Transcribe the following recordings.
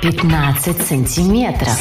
15 сантиметров.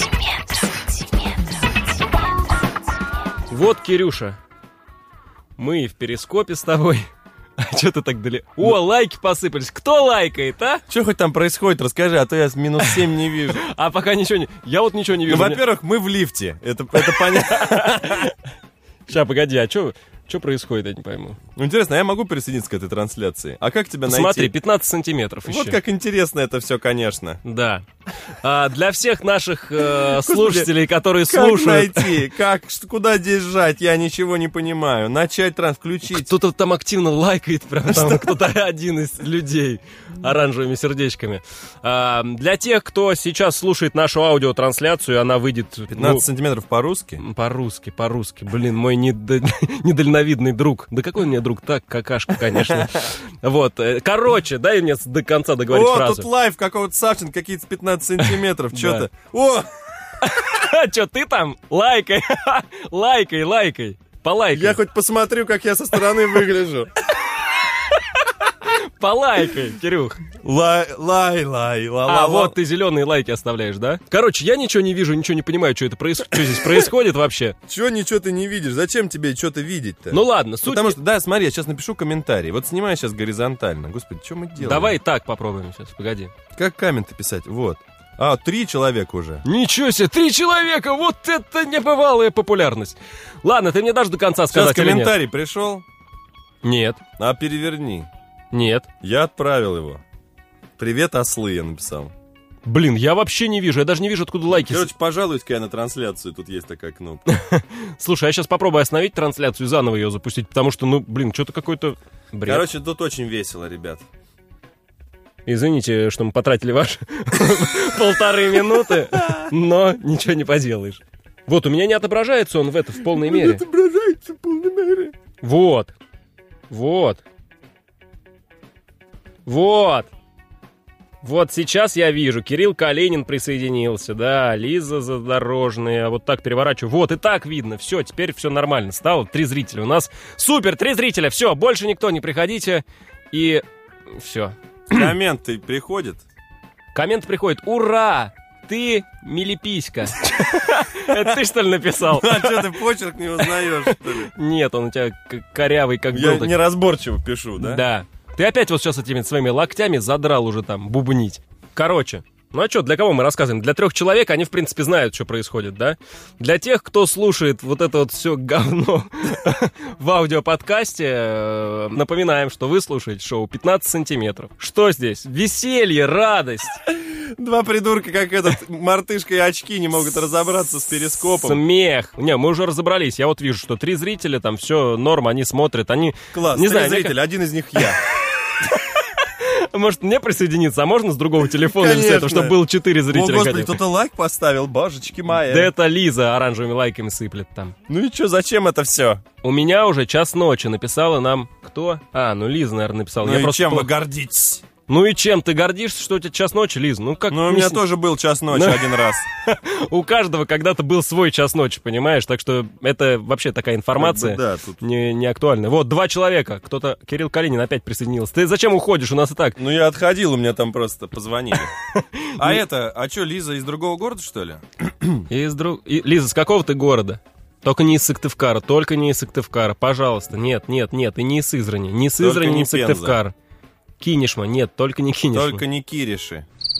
Вот, Кирюша, мы в перископе с тобой. А что ты так далеко? О, лайки посыпались. Кто лайкает, а? Что хоть там происходит, расскажи, а то я минус 7 не вижу. А пока ничего не... Я вот ничего не вижу. Ну, во-первых, мы в лифте, это понятно. Сейчас, погоди, а что происходит, я не пойму. Ну, интересно, я могу присоединиться к этой трансляции? А как тебя найти? Смотри, 15 сантиметров еще. Вот как интересно это все, конечно. Да. Для всех наших слушателей, которые Как слушают... найти? Куда здесь жать? Я ничего не понимаю. Начать включить. Кто-то там активно лайкает, прям там кто-то один из людей оранжевыми сердечками. Для тех, кто сейчас слушает нашу аудиотрансляцию, она выйдет... 15 сантиметров по-русски? По-русски. Блин, мой недальновидный друг. Да какой у меня друг? Так, какашка, конечно. Вот. Короче, дай мне до конца договорить фразу. О, тут лайв какого-то Савченко, какие-то 15 сантиметров, что-то. О! Что, ты там? Лайкай. Лайкай. Полайкай. Я хоть посмотрю, как я со стороны выгляжу. Полайкай, Кирюх. Лай. Вот ты зеленые лайки оставляешь, да? Короче, я ничего не вижу, ничего не понимаю, что здесь происходит вообще. Чего ничего ты не видишь? Зачем тебе что-то видеть-то? Ну ладно, суть... Потому что, да, смотри, я сейчас напишу комментарий. Вот снимай сейчас горизонтально. Господи, что мы делаем? Давай так попробуем сейчас, погоди. Как комменты писать? Вот. 3 человека уже. Ничего себе, 3 человека! Вот это небывалая популярность. Ладно, ты мне дашь до конца сказать сейчас комментарий пришел? Нет. А переверни. Нет. Я отправил его. Привет, ослы, я написал. Блин, я вообще не вижу, я даже не вижу, откуда лайки. Короче, пожалуйста-ка я на трансляцию, тут есть такая кнопка. Слушай, я сейчас попробую остановить трансляцию и заново ее запустить, потому что, что-то какой-то бред. Короче, тут очень весело, ребят. Извините, что мы потратили ваши 1,5 минуты, но ничего не поделаешь. Вот, у меня не отображается он в полной мере. Не отображается в полной мере. Вот. Вот сейчас я вижу, Кирилл Калинин присоединился, да, Лиза Задорожная, вот так переворачиваю. Вот, и так видно, все, теперь все нормально стало, 3 зрителя у нас. Супер, 3 зрителя, все, больше никто не приходите, и все. Комменты приходят? Коммент приходит, ура, ты милиписька. Это ты, что ли, написал? А что, ты почерк не узнаешь, что ли? Нет, он у тебя корявый, как был. Я неразборчиво пишу, да? Да. Ты опять вот сейчас этими своими локтями задрал уже там бубнить. Короче, ну а что, для кого мы рассказываем? Для 3 человек, они в принципе знают, что происходит, да? Для тех, кто слушает вот это вот все говно в аудиоподкасте, напоминаем, что вы слушаете шоу 15 сантиметров. Что здесь? Веселье, радость. 2 придурка, как этот мартышка и очки, не могут разобраться с перископом. Смех. Не, мы уже разобрались. Я вот вижу, что 3 зрителя, там все норм, они смотрят, они... Класс, не 3 знаю, зрителя, один из них я. Может, мне присоединиться, а можно с другого телефона или с этого, чтобы было 4 зрителя? О, господи, кто-то лайк поставил, божечки мои. Да это Лиза оранжевыми лайками сыплет там. Ну и что, зачем это все? У меня уже 1:00 ночи написала нам... Кто? Лиза, наверное, написала. Ну и чем вы гордитесь? Ну и чем ты гордишься, что у тебя 1:00 ночи, Лиз? Ну, как... Ну, у меня тоже был 1:00 ночи один раз. У каждого когда-то был свой 1:00 ночи, понимаешь? Так что это вообще такая информация не актуальная. Вот, 2 человека. Кто-то... Кирилл Калинин опять присоединился. Ты зачем уходишь? У нас и так... Ну, я отходил, у меня там просто позвонили. А что, Лиза из другого города, что ли? Лиза, с какого ты города? Только не из Сыктывкара, пожалуйста. Нет, и не из Сызрани. Не Сызрани, не Сыктывкар. Кинешма, нет, только не Кинешма. Только не Кириши.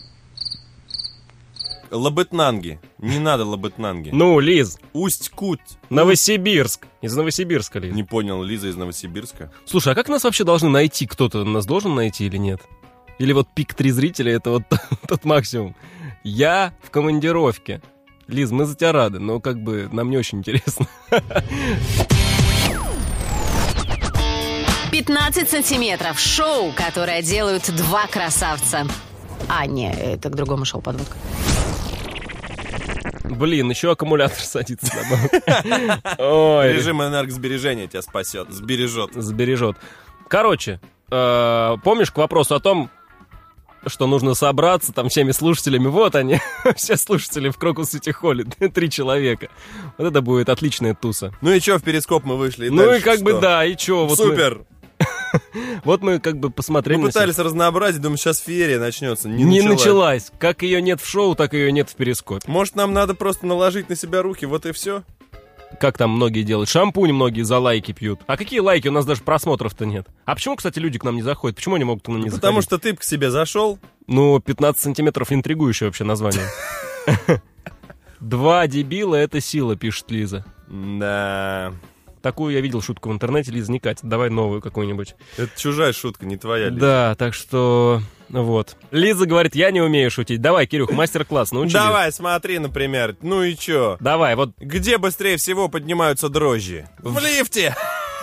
Лабытнанги. Не надо Лабытнанги. Ну, Лиз. Усть-Кут. Новосибирск. Из Новосибирска, Лиз. Не понял, Лиза из Новосибирска. Слушай, а как нас вообще должны найти? Кто-то нас должен найти или нет? Или вот пик 3 зрителя, это вот тот максимум? Я в командировке. Лиз, мы за тебя рады, но как бы нам не очень интересно. 15 сантиметров. Шоу, которое делают 2 красавца. Не, это к другому шоу подводка. Блин, еще аккумулятор садится. Ой. Режим энергосбережения тебя спасет, Сбережет. Короче, помнишь к вопросу о том, что нужно собраться там всеми слушателями? Вот они, все слушатели в Крокус Сити Холле, 3 человека. Вот это будет отличная туса. Ну и что, в перископ мы вышли? Ну и как бы да, и что? Супер! Вот мы как бы посмотрели Мы на себя. пытались разнообразить, думаю, сейчас феерия начнется. Не началась. Как ее нет в шоу, так ее нет в перископе. Может, нам надо просто наложить на себя руки, вот и все? Как там многие делают? Шампунь многие за лайки пьют. А какие лайки? У нас даже просмотров-то нет. А почему, кстати, люди к нам не заходят? Почему они могут к нам не заходить? Потому что ты к себе зашел. Ну, 15 сантиметров интригующее вообще название. 2 дебила — это сила, пишет Лиза. Да. Такую я видел шутку в интернете, Лиза, не катит. Давай новую какую-нибудь. Это чужая шутка, не твоя, Лиза. Да, так что вот. Лиза говорит, я не умею шутить. Давай, Кирюх, мастер-класс, научи. Давай, смотри, например. Ну и чё? Давай, вот. Где быстрее всего поднимаются дрожжи? В лифте!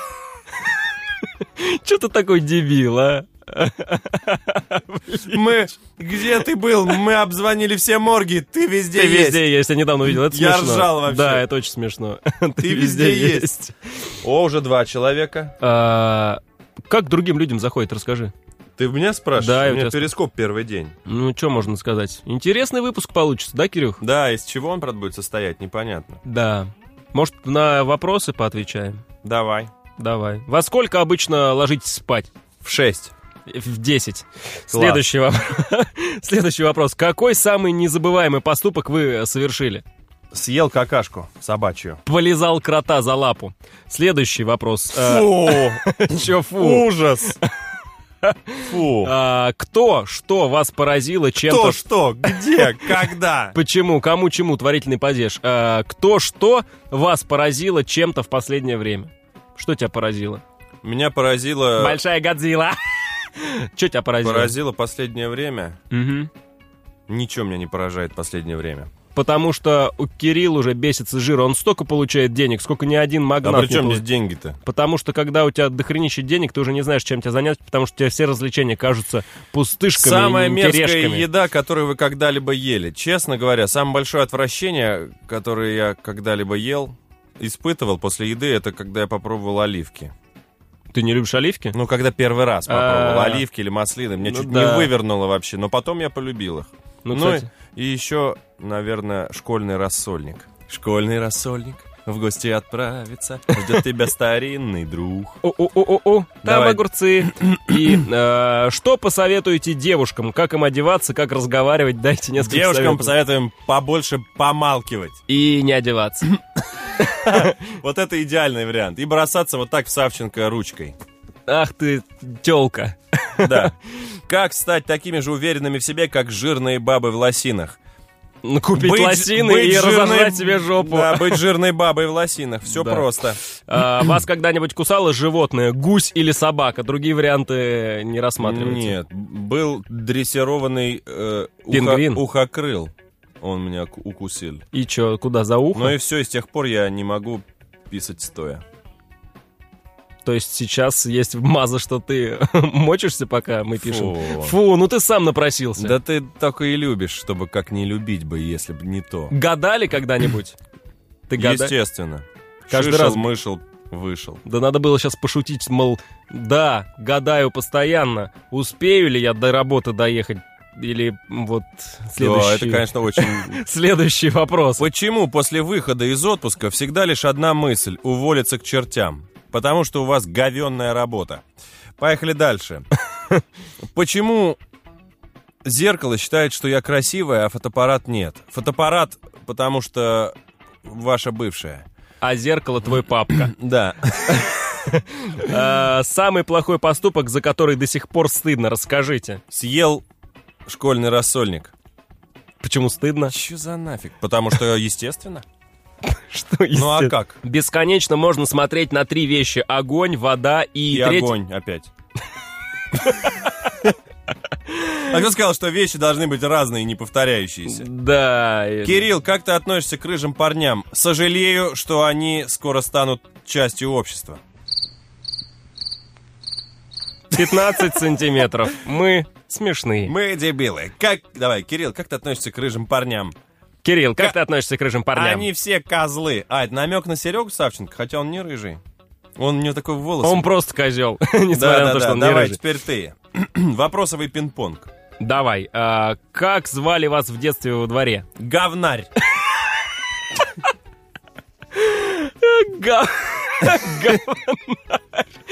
Чё ты такой дебил, а? Где ты был? Мы обзвонили все морги. Ты везде Ты есть. везде есть, я недавно увидел, это Я смешно. ржал вообще. Да, это очень смешно. Ты везде есть. О, уже 2 человека. Как другим людям заходит, расскажи. Ты меня спрашиваешь? Да, У меня я тебя перископ первый день. Ну, что можно сказать? Интересный выпуск получится, да, Кирюх? Да, из чего он, правда, будет состоять, непонятно. Да. Может, на вопросы поотвечаем? Давай. Давай. Во сколько обычно ложитесь спать? В 6. В 10. Следующий вопрос. Какой самый незабываемый поступок вы совершили? Съел какашку собачью. Полизал крота за лапу. Следующий вопрос. Фу! Чё фу? Ужас! Фу! Кто, что вас поразило чем-то... Кто, что, где, когда? Почему, кому, чему, творительный падеж. Кто, что вас поразило чем-то в последнее время? Что тебя поразило? Меня поразило... Большая Годзилла. Что тебя поразило? Поразило последнее время? Мгм. Ничего меня не поражает последнее время. Потому что у Кирилла уже бесится жир. Он столько получает денег, сколько ни один магнат А при не чем получит. здесь деньги-то? Потому что когда у тебя дохренище денег, ты уже не знаешь, чем тебя занять, потому что у тебя все развлечения кажутся пустышками Самая и мерзкая кирешками. еда, которую вы когда-либо ели. Честно говоря, самое большое отвращение, которое я когда-либо ел, испытывал после еды, это когда я попробовал оливки. Ты не любишь оливки? Ну, когда первый раз попробовал А. оливки или маслины, мне Ну чуть да. не вывернуло вообще, но потом я полюбил их. Ну, Ну, кстати. и еще, наверное, школьный рассольник. Школьный рассольник в гости отправится, ждет тебя старинный друг. О, там Давай. огурцы. И что посоветуете девушкам? Как им одеваться, как разговаривать? Дайте несколько Девушкам советов. посоветуем побольше помалкивать. И не одеваться. Вот это идеальный вариант. И бросаться вот так в Савченко ручкой. Ах ты, тёлка. Да. Как стать такими же уверенными в себе, как жирные бабы в лосинах? Ну, купить Быть лосины и жирной- разожрать себе жопу. Да, быть жирной бабой в лосинах. Все Да. просто. Вас когда-нибудь кусало животное? Гусь или собака? Другие варианты не рассматриваются. Нет, был дрессированный Пингвин? ухокрыл. Он меня укусил. И чё, куда, за ухо? Ну и все, и с тех пор я не могу писать стоя. То есть сейчас есть маза, что ты мочишься, пока мы пишем? Фу. Фу, ну ты сам напросился. Да ты только и любишь, чтобы как не любить бы, если бы не то. Гадали когда-нибудь? Ты гадал? Естественно. Каждый Шишел, раз. мышел, вышел. Да надо было сейчас пошутить, мол, да, гадаю постоянно, успею ли я до работы доехать, или вот следующий, Да, это, конечно, очень... следующий вопрос. Почему после выхода из отпуска всегда лишь одна мысль — уволиться к чертям? Потому что у вас говенная работа. Поехали дальше. Почему зеркало считает, что я красивая, а фотоаппарат нет? Фотоаппарат, потому что ваша бывшая. А зеркало твой папка. Да. Самый плохой поступок, за который до сих пор стыдно, расскажите. Съел школьный рассольник. Почему стыдно? Че за нафиг? Потому что естественно. Что, Ну а естественно? как? Бесконечно можно смотреть на 3 вещи: огонь, вода и, И третий... огонь опять. А кто сказал, что вещи должны быть разные и не повторяющиеся? Да. Кирилл, как ты относишься к рыжим парням? Сожалею, что они скоро станут частью общества. 15 сантиметров. Мы смешные. Мы дебилы. Давай, Кирилл, как ты относишься к рыжим парням? Кирилл, как ты относишься к рыжим парням? Они все козлы. А, это намек на Серегу Савченко, хотя он не рыжий. Он у него такой волос. Он просто козел, несмотря на то, что он не давай, рыжий. теперь ты. Вопросовый пинг-понг. Давай. Как звали вас в детстве во дворе? Говнарь.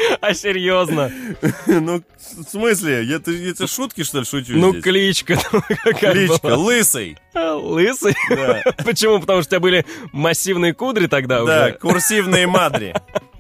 А серьезно? Ну, в смысле? Это шутки, что ли, шучу Ну, здесь? кличка. Какая Кличка, была? Лысый. Лысый? Да. Почему? Потому что у тебя были массивные кудри тогда Да, уже? курсивные мадри.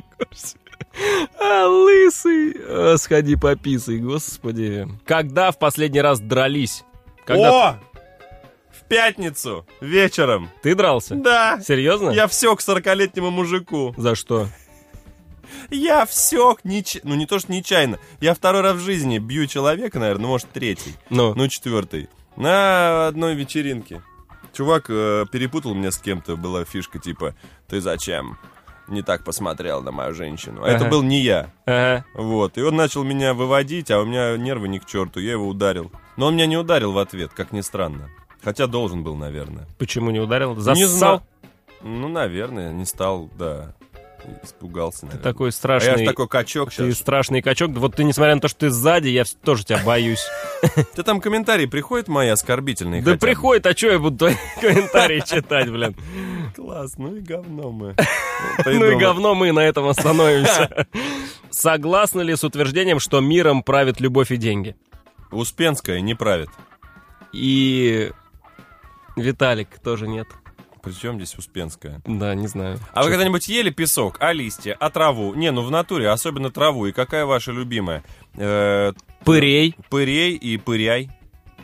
Лысый. Сходи пописай, господи. Когда в последний раз дрались? О! В пятницу вечером. Ты дрался? Да. Серьезно? Я всек 40-летнему мужику. За что? Я всек, ну не то что нечаянно. Я второй раз в жизни бью человека, наверное, ну может третий, Ну, ну четвертый. На одной вечеринке. Чувак перепутал меня с кем-то, была фишка типа «Ты зачем не так посмотрел на мою женщину?» А это был не я. ага. Вот, и он начал меня выводить, а у меня нервы ни к черту, я его ударил. Но он меня не ударил в ответ, как ни странно. Хотя должен был, наверное. Почему не ударил? Не Зассал? знаю. Ну, наверное, не стал, да. Испугался, наверное. Такой А я страшный... ж такой качок Ты сейчас. страшный качок. Вот ты, несмотря на то, что ты сзади, я тоже тебя боюсь. Ты там комментарии приходят мои оскорбительные? Да хотя бы? приходит, а что я буду твои комментарии читать, блин? Класс, ну и говно мы. Ну и говно мы на этом остановимся. Согласны ли с утверждением, что миром правит любовь и деньги? Успенская не правит. И Виталик тоже нет. Причем здесь Успенская? Да, не знаю. А вы когда-нибудь ели песок, а листья, а траву? Не, ну в натуре, особенно траву. И какая ваша любимая? Пырей. Пырей и пыряй.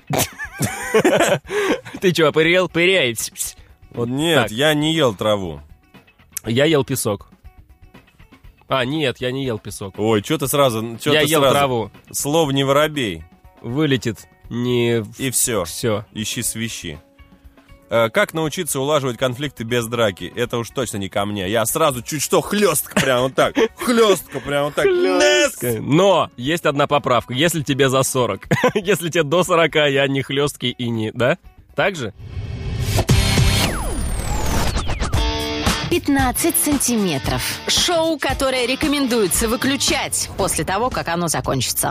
Ты что, пырел? Пыряй. Вот Нет, так. я не ел траву. Я ел песок. А, нет, я не ел песок. Ой, что ты сразу... Я ел траву. Слов не воробей. Вылетит не И все. все. Ищи свищи. Как научиться улаживать конфликты без драки? Это уж точно не ко мне. Я сразу чуть что хлестко прям вот так. Хлестко прям вот так. Но есть одна поправка. Если тебе за 40. Если тебе до 40, я не хлесткий и не... Да? Так же? 15 сантиметров. Шоу, которое рекомендуется выключать после того, как оно закончится.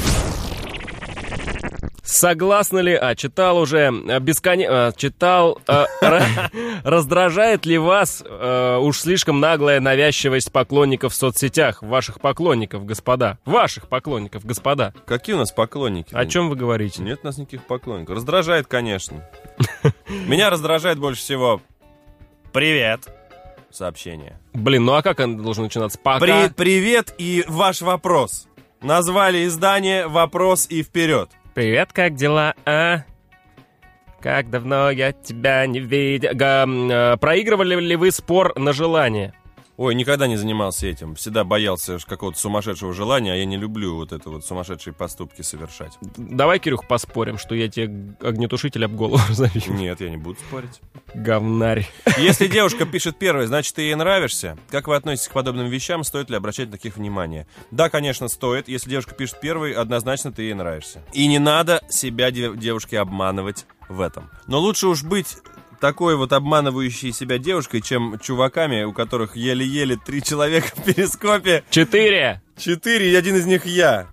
Согласны ли... читал уже... читал... Раздражает ли вас уж слишком наглая навязчивость поклонников в соцсетях? Ваших поклонников, господа. Ваших поклонников, господа. Какие у нас поклонники? О чем вы говорите? Нет у нас никаких поклонников. Раздражает, конечно. Меня раздражает больше всего «Привет» сообщение. Блин, ну а как оно должно начинаться? Пока? Привет и ваш вопрос. Назвали издание «Вопрос» и вперед. Привет, как дела, а? Как давно я тебя не видел. Проигрывали ли вы спор на желание? Ой, никогда не занимался этим. Всегда боялся какого-то сумасшедшего желания, а я не люблю вот это вот сумасшедшие поступки совершать. Давай, Кирюх, поспорим, что я тебе огнетушитель об голову забью. Нет, я не буду спорить. Говнарь. Если девушка пишет первой, значит, ты ей нравишься. Как вы относитесь к подобным вещам? Стоит ли обращать на таких внимание? Да, конечно, стоит. Если девушка пишет первой, однозначно ты ей нравишься. И не надо себя, девушки, обманывать в этом. Но лучше уж быть такой вот обманывающей себя девушкой, чем чуваками, у которых еле-еле 3 человека в перископе. 4! 4, и один из них я.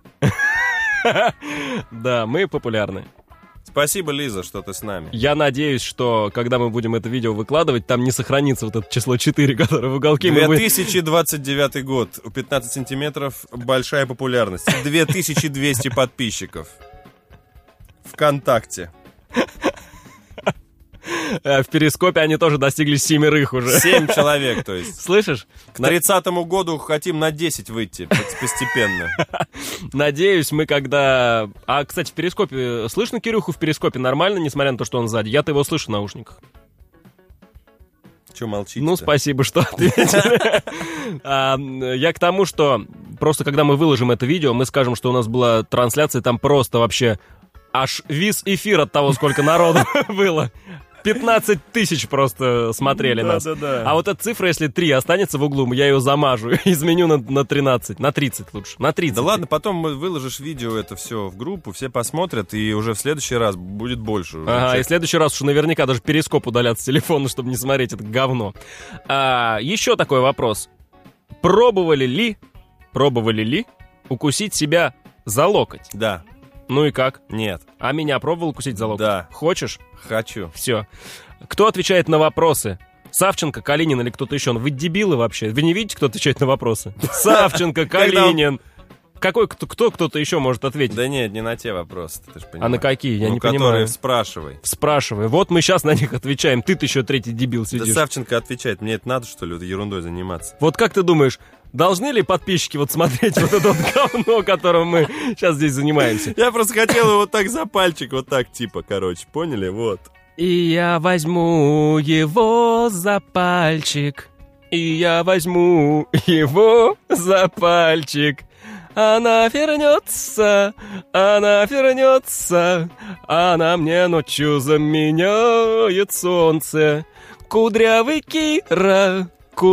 Да, мы популярны. Спасибо, Лиза, что ты с нами. Я надеюсь, что когда мы будем это видео выкладывать, там не сохранится вот это число 4, которое в уголке. 2029 год. У 15 сантиметров большая популярность. 2200 подписчиков. ВКонтакте. В перископе они тоже достигли 7 уже. 7 человек, то есть. Слышишь? К 30-му году хотим на 10 выйти постепенно. Надеюсь, мы когда... А, кстати, в перископе... Слышно Кирюху в перископе нормально, несмотря на то, что он сзади? Я-то его слышу в наушниках. Че молчите? Ну, спасибо, что ответили. Я к тому, что просто когда мы выложим это видео, мы скажем, что у нас была трансляция, там просто вообще аж вис эфир от того, сколько народу было. 15 тысяч просто смотрели нас. Да. А вот эта цифра, если 3 останется в углу, я ее замажу, изменю на 13, на 30 лучше, на 30. Да ладно, потом выложишь видео, это все в группу, все посмотрят, и уже в следующий раз будет больше. Ага, и в следующий раз уж наверняка даже перископ удалят с телефона, чтобы не смотреть это говно. Еще такой вопрос. Пробовали ли укусить себя за локоть? Да. Ну и как? Нет. А меня пробовал укусить за локоть? Да. Хочешь? Хочу. Все. Кто отвечает на вопросы? Савченко, Калинин или кто-то еще. Вы дебилы вообще? Вы не видите, кто отвечает на вопросы? Савченко, Калинин. Кто-то еще может ответить? Да нет, не на те вопросы, ты же понимаешь. А на какие? Я не которые понимаю. Спрашивай. Вот мы сейчас на них отвечаем. Ты-то еще третий дебил сидишь. Да Савченко отвечает. Мне это надо, что ли, ерундой заниматься? Вот как ты думаешь, должны ли подписчики вот смотреть вот это вот говно, которым мы сейчас здесь занимаемся? Я просто хотел его вот так за пальчик, вот так типа, короче, поняли? Вот. И я возьму его за пальчик. И я возьму его за пальчик. Она вернется, она мне ночью заменяет солнце. Кудрявый Кира,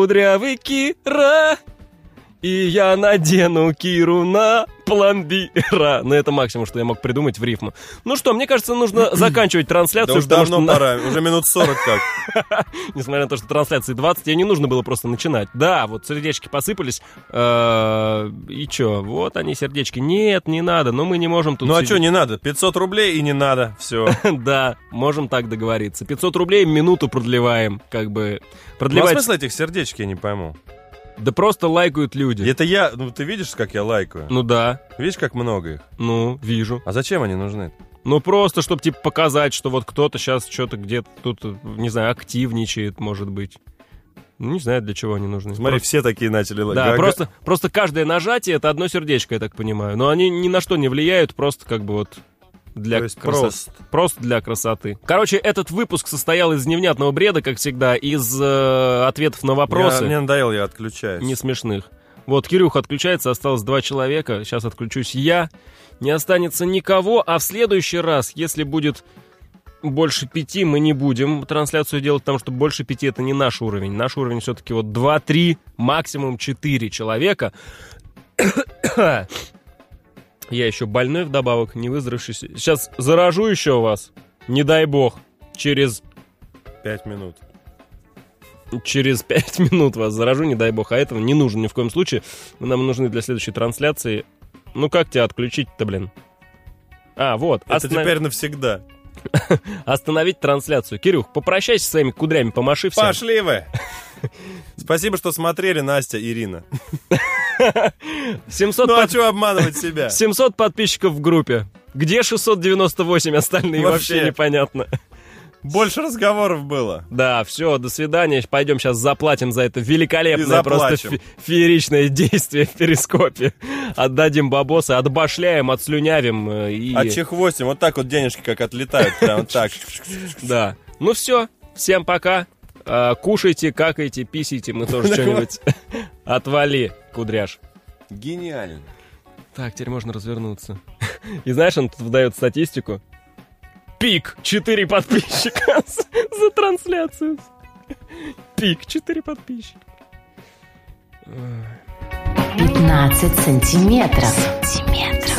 и я надену Киру на пломбира. Ну, это максимум, что я мог придумать в рифму. Ну что, мне кажется, нужно заканчивать трансляцию. Да уж давно пора, уже минут 40 как. Несмотря на то, что трансляции 20, ей не нужно было просто начинать. Да, вот сердечки посыпались. И чё, вот они, сердечки. Нет, не надо, но мы не можем тут... Ну а чё не надо? 500 рублей и не надо, все. Да, можем так договориться. 500 рублей минуту продлеваем, как бы. Ну а смысл этих сердечек я не пойму. Да просто лайкают люди. Это я, ну ты видишь, как я лайкаю? Ну да. Видишь, как много их? Ну, вижу. А зачем они нужны? Ну просто, чтобы типа показать, что вот кто-то сейчас что-то где-то тут, не знаю, активничает, может быть. Ну, не знаю, для чего они нужны. Смотри, все такие начали лайкать. Да, просто каждое нажатие — это одно сердечко, я так понимаю. Но они ни на что не влияют, просто как бы вот... Просто для красоты. Короче, этот выпуск состоял из невнятного бреда, как всегда, из ответов на вопросы. Мне надоело, я отключаюсь. Не смешных. Вот, Кирюха отключается, осталось 2 человека. Сейчас отключусь я. Не останется никого, а в следующий раз, если будет больше 5, мы не будем трансляцию делать, потому что больше 5 — это не наш уровень. Наш уровень все-таки вот 2-3, максимум 4 человека. Я еще больной вдобавок, не выздоровевшийся. Сейчас заражу еще вас, не дай бог, через... 5 минут. Через 5 минут вас заражу, не дай бог. А этого не нужно ни в коем случае. Нам нужны для следующей трансляции. Ну как тебя отключить-то, блин? А, вот. Это теперь навсегда. Остановить трансляцию. Кирюх, попрощайся со своими кудрями, помаши всем. Пошли вы! Спасибо, что смотрели, Настя, Ирина. 700 а что обманывать себя? 700 подписчиков в группе. Где 698 остальные, вообще непонятно. Больше разговоров было. Да, все, до свидания. Пойдем сейчас заплатим за это великолепное, просто фееричное действие в Перископе. Отдадим бабосы, отбашляем, отслюнявим. И... Отчехвостим, вот так вот денежки как отлетают, прям так. Да, ну все, всем пока. Кушайте, какайте, писайте, мы тоже что-нибудь. Отвали, кудряш. Гениально. Так, теперь можно развернуться. И знаешь, он тут выдает статистику. Пик 4 подписчика за трансляцию. Пик 4 подписчика. 15 сантиметров.